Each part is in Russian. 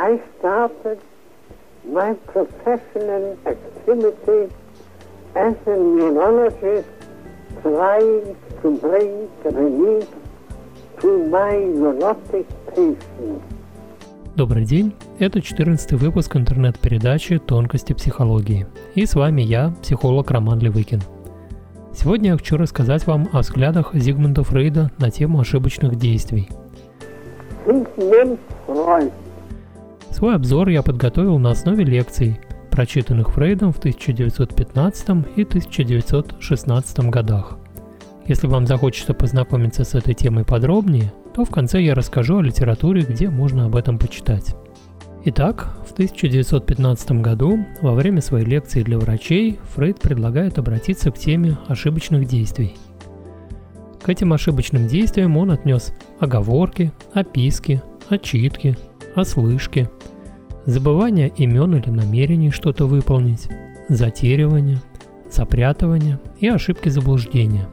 I started my professional activity as a neurologist, trying to bring relief to my neurotic patients. Добрый день, это 14-й выпуск интернет-передачи «Тонкости психологии». И с вами я, психолог Роман Левыкин. Сегодня я хочу рассказать вам о взглядах Зигмунда Фрейда на тему ошибочных действий. Свой обзор я подготовил на основе лекций, прочитанных Фрейдом в 1915 и 1916 годах. Если вам захочется познакомиться с этой темой подробнее, то в конце я расскажу о литературе, где можно об этом почитать. Итак, в 1915 году, во время своей лекции для врачей, Фрейд предлагает обратиться к теме ошибочных действий. К этим ошибочным действиям он отнес оговорки, описки, отчитки, ослышки, забывание имен или намерений что-то выполнить, затеривание, запрятывание и ошибки заблуждения.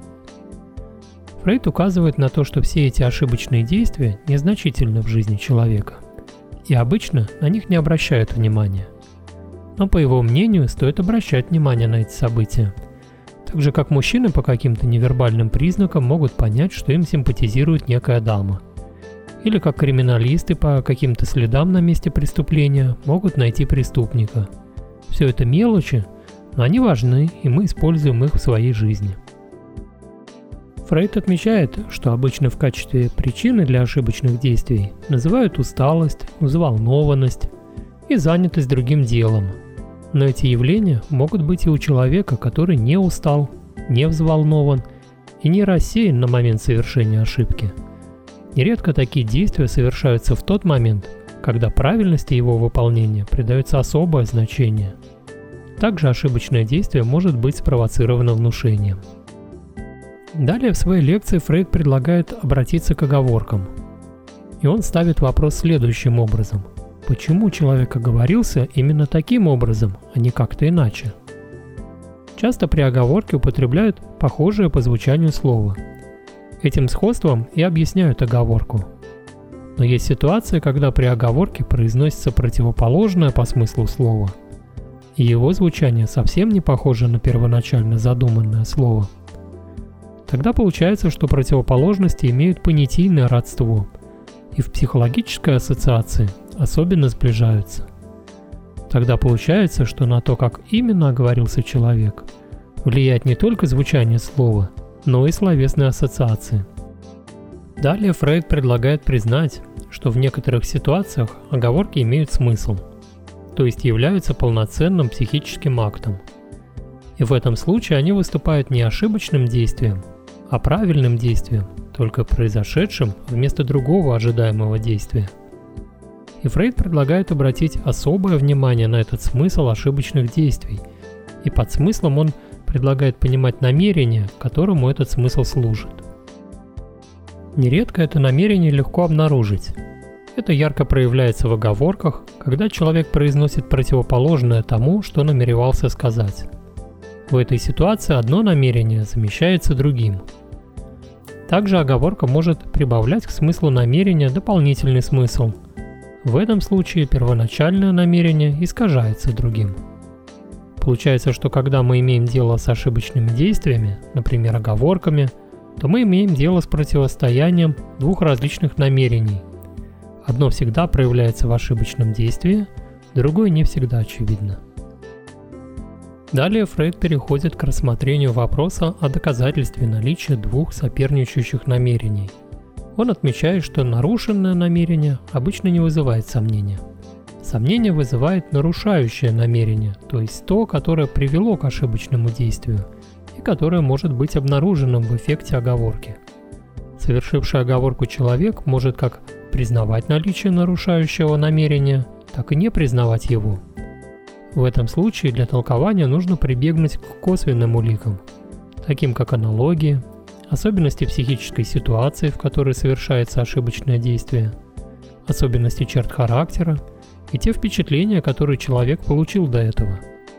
Фрейд указывает на то, что все эти ошибочные действия незначительны в жизни человека, и обычно на них не обращают внимания. Но, по его мнению, стоит обращать внимание на эти события, так же как мужчины по каким-то невербальным признакам могут понять, что им симпатизирует некая дама, или как криминалисты по каким-то следам на месте преступления могут найти преступника. Все это мелочи, но они важны, и мы используем их в своей жизни. Фрейд отмечает, что обычно в качестве причины для ошибочных действий называют усталость, взволнованность и занятость другим делом. Но эти явления могут быть и у человека, который не устал, не взволнован и не рассеян на момент совершения ошибки. Нередко такие действия совершаются в тот момент, когда правильности его выполнения придается особое значение. Также ошибочное действие может быть спровоцировано внушением. Далее в своей лекции Фрейд предлагает обратиться к оговоркам. И он ставит вопрос следующим образом. Почему человек оговорился именно таким образом, а не как-то иначе? Часто при оговорке употребляют похожее по звучанию слово. Этим сходством и объясняют оговорку. Но есть ситуация, когда при оговорке произносится противоположное по смыслу слово, и его звучание совсем не похоже на первоначально задуманное слово. Тогда получается, что противоположности имеют понятийное родство, и в психологической ассоциации особенно сближаются. Тогда получается, что на то, как именно оговорился человек, влияет не только звучание слова, но и словесные ассоциации. Далее Фрейд предлагает признать, что в некоторых ситуациях оговорки имеют смысл, то есть являются полноценным психическим актом. И в этом случае они выступают не ошибочным действием, а правильным действием, только произошедшим вместо другого ожидаемого действия. И Фрейд предлагает обратить особое внимание на этот смысл ошибочных действий, и под смыслом он предлагает понимать намерение, которому этот смысл служит. Нередко это намерение легко обнаружить. Это ярко проявляется в оговорках, когда человек произносит противоположное тому, что намеревался сказать. В этой ситуации одно намерение замещается другим. Также оговорка может прибавлять к смыслу намерения дополнительный смысл. В этом случае первоначальное намерение искажается другим. Получается, что когда мы имеем дело с ошибочными действиями, например, оговорками, то мы имеем дело с противостоянием двух различных намерений. Одно всегда проявляется в ошибочном действии, другое не всегда очевидно. Далее Фрейд переходит к рассмотрению вопроса о доказательстве наличия двух соперничающих намерений. Он отмечает, что нарушенное намерение обычно не вызывает сомнения. Сомнение вызывает нарушающее намерение, то есть то, которое привело к ошибочному действию и которое может быть обнаруженным в эффекте оговорки. Совершивший оговорку человек может как признавать наличие нарушающего намерения, так и не признавать его. В этом случае для толкования нужно прибегнуть к косвенным уликам, таким как аналогии, особенности психической ситуации, в которой совершается ошибочное действие, особенности черт характера и те впечатления, которые человек получил до этого.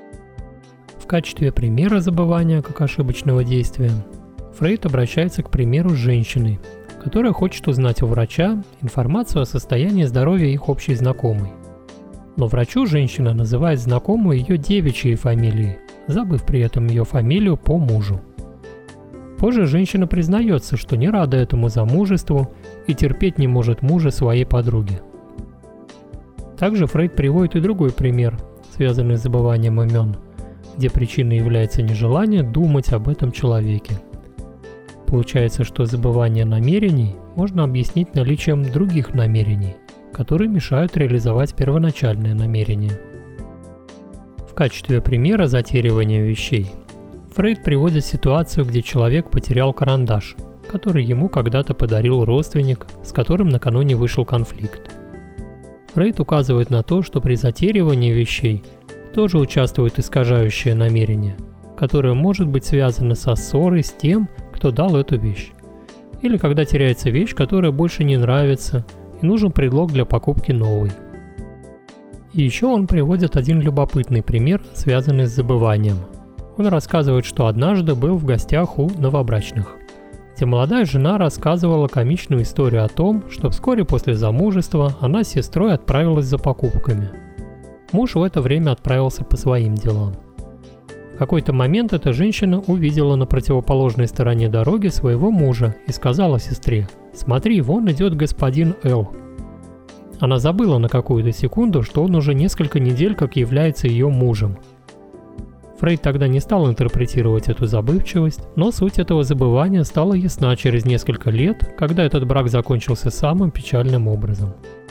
В качестве примера забывания как ошибочного действия Фрейд обращается к примеру с женщиной, которая хочет узнать у врача информацию о состоянии здоровья их общей знакомой. Но врачу женщина называет знакомую ее девичьей фамилией, забыв при этом ее фамилию по мужу. Позже женщина признается, что не рада этому замужеству и терпеть не может мужа своей подруги. Также Фрейд приводит и другой пример, связанный с забыванием имен, где причиной является нежелание думать об этом человеке. Получается, что забывание намерений можно объяснить наличием других намерений, которые мешают реализовать первоначальное намерение. В качестве примера затеривания вещей Фрейд приводит ситуацию, где человек потерял карандаш, который ему когда-то подарил родственник, с которым накануне вышел конфликт. Фрейд указывает на то, что при затеривании вещей тоже участвует искажающее намерение, которое может быть связано со ссорой с тем, кто дал эту вещь. Или когда теряется вещь, которая больше не нравится, и нужен предлог для покупки новой. И еще он приводит один любопытный пример, связанный с забыванием. Он рассказывает, что однажды был в гостях у новобрачных, где молодая жена рассказывала комичную историю о том, что вскоре после замужества она с сестрой отправилась за покупками. Муж в это время отправился по своим делам. В какой-то момент эта женщина увидела на противоположной стороне дороги своего мужа и сказала сестре: «Смотри, вон идет господин Л». Она забыла на какую-то секунду, что он уже несколько недель как является ее мужем. Фрейд тогда не стал интерпретировать эту забывчивость, но суть этого забывания стала ясна через несколько лет, когда этот брак закончился самым печальным образом.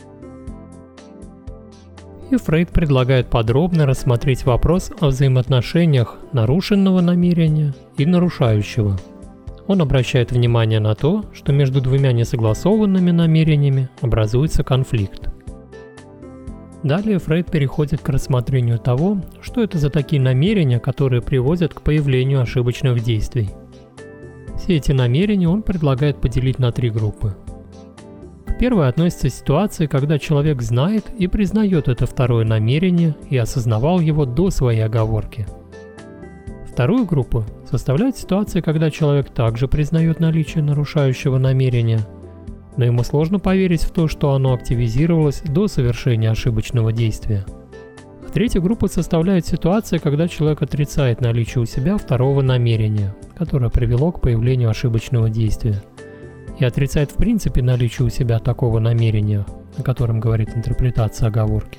И Фрейд предлагает подробно рассмотреть вопрос о взаимоотношениях нарушенного намерения и нарушающего. Он обращает внимание на то, что между двумя несогласованными намерениями образуется конфликт. Далее Фрейд переходит к рассмотрению того, что это за такие намерения, которые приводят к появлению ошибочных действий. Все эти намерения он предлагает поделить на 3 группы. К первой относится ситуация, когда человек знает и признает это второе намерение и осознавал его до своей оговорки. Вторую группу составляет ситуация, когда человек также признает наличие нарушающего намерения, но ему сложно поверить в то, что оно активизировалось до совершения ошибочного действия. А третья группа составляет ситуация, когда человек отрицает наличие у себя второго намерения, которое привело к появлению ошибочного действия, и отрицает в принципе наличие у себя такого намерения, о котором говорит интерпретация оговорки.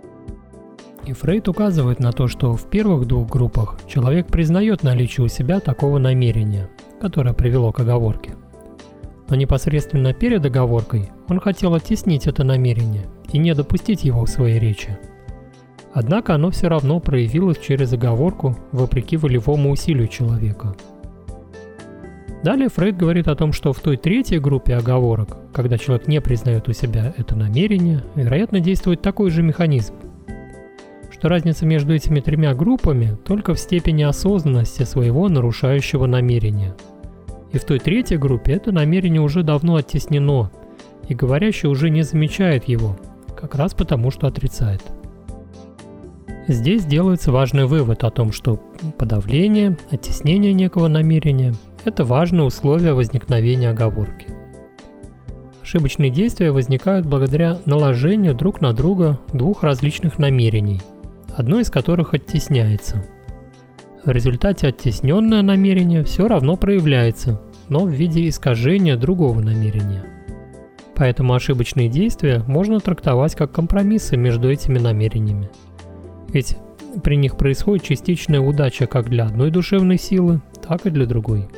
И Фрейд указывает на то, что в первых 2 группах человек признает наличие у себя такого намерения, которое привело к оговорке. Но непосредственно перед оговоркой он хотел оттеснить это намерение и не допустить его в своей речи. Однако оно все равно проявилось через оговорку вопреки волевому усилию человека. Далее Фрейд говорит о том, что в той третьей группе оговорок, когда человек не признает у себя это намерение, вероятно, действует такой же механизм. Что разница между этими 3 группами только в степени осознанности своего нарушающего намерения. И в той третьей группе это намерение уже давно оттеснено, и говорящий уже не замечает его, как раз потому, что отрицает. Здесь делается важный вывод о том, что подавление, оттеснение некого намерения – это важное условие возникновения оговорки. Ошибочные действия возникают благодаря наложению друг на друга 2 различных намерений, одно из которых оттесняется. В результате оттесненное намерение все равно проявляется, но в виде искажения другого намерения. Поэтому ошибочные действия можно трактовать как компромиссы между этими намерениями. Ведь при них происходит частичная удача как для одной душевной силы, так и для другой.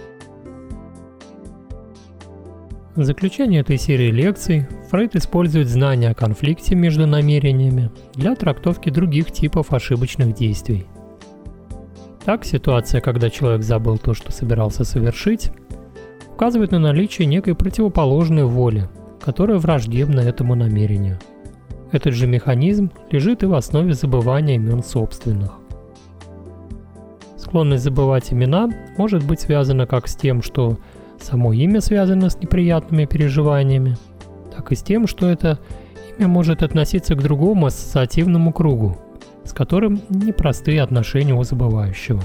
В заключение этой серии лекций Фрейд использует знания о конфликте между намерениями для трактовки других типов ошибочных действий. Так, ситуация, когда человек забыл то, что собирался совершить, указывает на наличие некой противоположной воли, которая враждебна этому намерению. Этот же механизм лежит и в основе забывания имен собственных. Склонность забывать имена может быть связана как с тем, что само имя связано с неприятными переживаниями, так и с тем, что это имя может относиться к другому ассоциативному кругу, с которым непростые отношения у забывающего.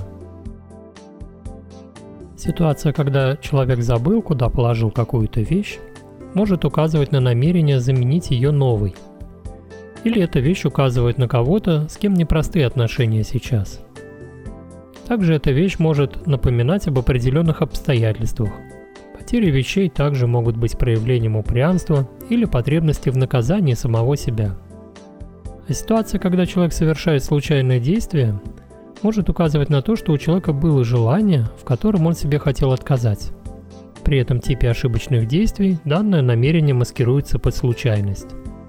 Ситуация, когда человек забыл, куда положил какую-то вещь, может указывать на намерение заменить ее новой. Или эта вещь указывает на кого-то, с кем непростые отношения сейчас. Также эта вещь может напоминать об определенных обстоятельствах. Потери вещей также могут быть проявлением упрямства или потребности в наказании самого себя. А ситуация, когда человек совершает случайное действие, может указывать на то, что у человека было желание, в котором он себе хотел отказать. При этом типе ошибочных действий данное намерение маскируется под случайность.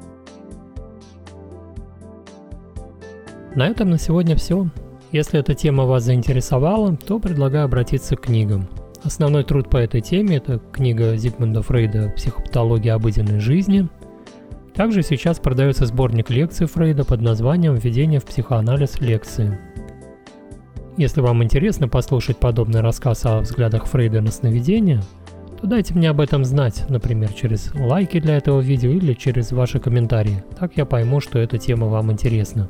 На этом на сегодня все. Если эта тема вас заинтересовала, то предлагаю обратиться к книгам. Основной труд по этой теме – это книга Зигмунда Фрейда «Психопатология обыденной жизни». Также сейчас продается сборник лекций Фрейда под названием «Введение в психоанализ лекции». Если вам интересно послушать подобный рассказ о взглядах Фрейда на сновидения, то дайте мне об этом знать, например, через лайки для этого видео или через ваши комментарии. Так я пойму, что эта тема вам интересна.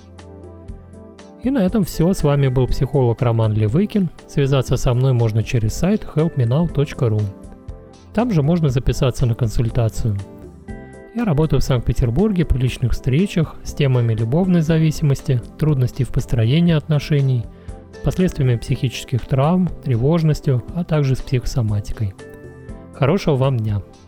И на этом все. С вами был психолог Роман Левыкин. Связаться со мной можно через сайт helpmenow.ru. Там же можно записаться на консультацию. Я работаю в Санкт-Петербурге при личных встречах с темами любовной зависимости, трудностей в построении отношений, с последствиями психических травм, тревожностью, а также с психосоматикой. Хорошего вам дня!